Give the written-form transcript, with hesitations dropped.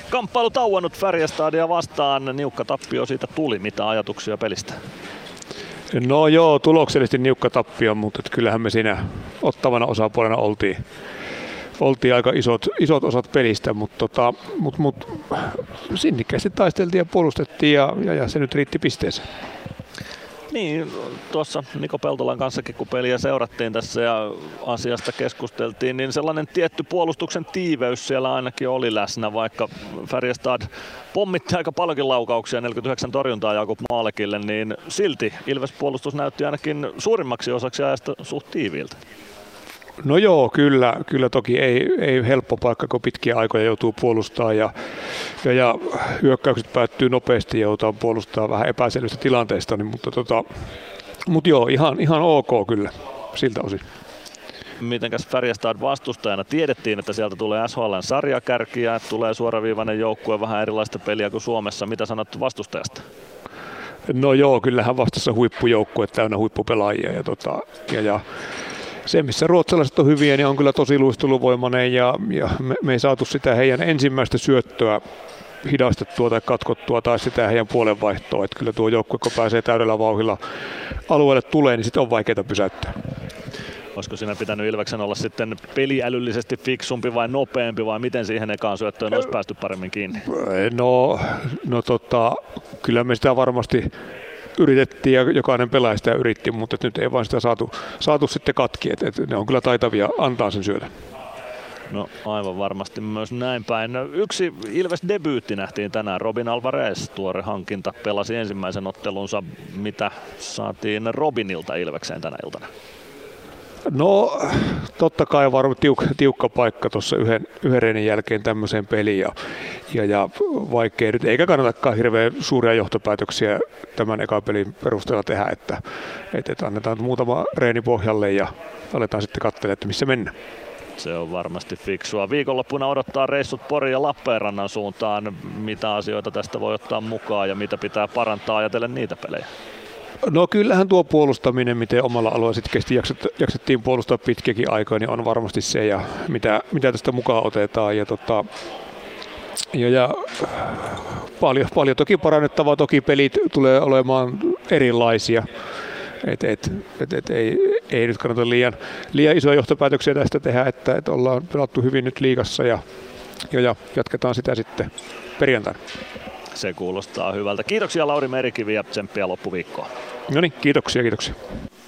Kamppailu tauonnut Färjestadia vastaan, niukka tappio siitä tuli. Mitä ajatuksia pelistä? No joo, tuloksellisesti niukka tappio, mutta kyllähän me siinä ottavana osapuolena oltiin aika isot osat pelistä, mutta sinnikkäästi taisteltiin ja puolustettiin ja se nyt riitti pisteeseen. Niin, tuossa Niko Peltolan kanssakin kun peliä seurattiin tässä ja asiasta keskusteltiin, niin sellainen tietty puolustuksen tiiveys siellä ainakin oli läsnä, vaikka Färjestad pommitti aika paljonkin laukauksia, 49 torjuntaa Jakub Maalekille, niin silti Ilves puolustus näytti ainakin suurimmaksi osaksi ajasta suht tiiviiltä. No joo, kyllä toki ei helppo paikka, kun pitkiä aikoja joutuu puolustamaan ja hyökkäykset päättyy nopeasti ja joutuu puolustamaan vähän epäselvistä tilanteista, niin, mutta joo, ihan ok kyllä siltä osin. Mitenkäs Färjestad vastustajana? Tiedettiin, että sieltä tulee SHL:n sarjakärkiä, että tulee suoraviivainen joukkue, vähän erilaista peliä kuin Suomessa. Mitä sanot vastustajasta? No joo, kyllähän vastassa huippujoukkue, täynnä huippupelaajia ja se, missä ruotsalaiset on hyviä, niin on kyllä tosi luisteluvoimainen ja me ei saatu sitä heidän ensimmäistä syöttöä hidastettua tai katkottua tai sitä heidän puolenvaihtoa. Että kyllä tuo joukkue, kun pääsee täydellä vauhdilla alueelle tulee, niin sitten on vaikeaa pysäyttää. Olisiko siinä pitänyt Ilveksen olla sitten peliälyllisesti fiksumpi vai nopeampi vai miten siihen ekaan syöttöön olisi päästy paremmin kiinni? Kyllä me sitä varmasti yritettiin ja jokainen pelaaja sitä yritti, mutta nyt ei vaan sitä saatu sitten katki. Ne on kyllä taitavia antaa sen syödä. No aivan varmasti myös näin päin. Yksi Ilves-debyytti nähtiin tänään. Robin Alvarez, tuore hankinta, pelasi ensimmäisen ottelunsa. Mitä saatiin Robinilta Ilvekseen tänä iltana? No totta kai varmaan tiukka paikka tuossa yhden reenin jälkeen tämmöiseen peliin ja vaikea nyt, eikä kannatakaan hirveän suuria johtopäätöksiä tämän ekan pelin perusteella tehdä, että annetaan muutama reeni pohjalle ja aletaan sitten katsella, että missä mennään. Se on varmasti fiksua. Viikonloppuna odottaa reissut Porin ja Lappeenrannan suuntaan. Mitä asioita tästä voi ottaa mukaan ja mitä pitää parantaa ajatellen niitä pelejä? No kyllähän tuo puolustaminen, miten omalla alueella sitkeästi jaksettiin puolustaa pitkiäkin aikoja, niin on varmasti se ja mitä tästä mukaan otetaan. Ja paljon toki parannettavaa, toki pelit tulee olemaan erilaisia. Ei nyt kannata liian isoja johtopäätöksiä tästä tehdä, että ollaan pelattu hyvin nyt liigassa ja jatketaan sitä sitten perjantaina. Se kuulostaa hyvältä. Kiitoksia Lauri Merikivi ja tsemppiä loppuviikkoa. No niin, kiitoksia.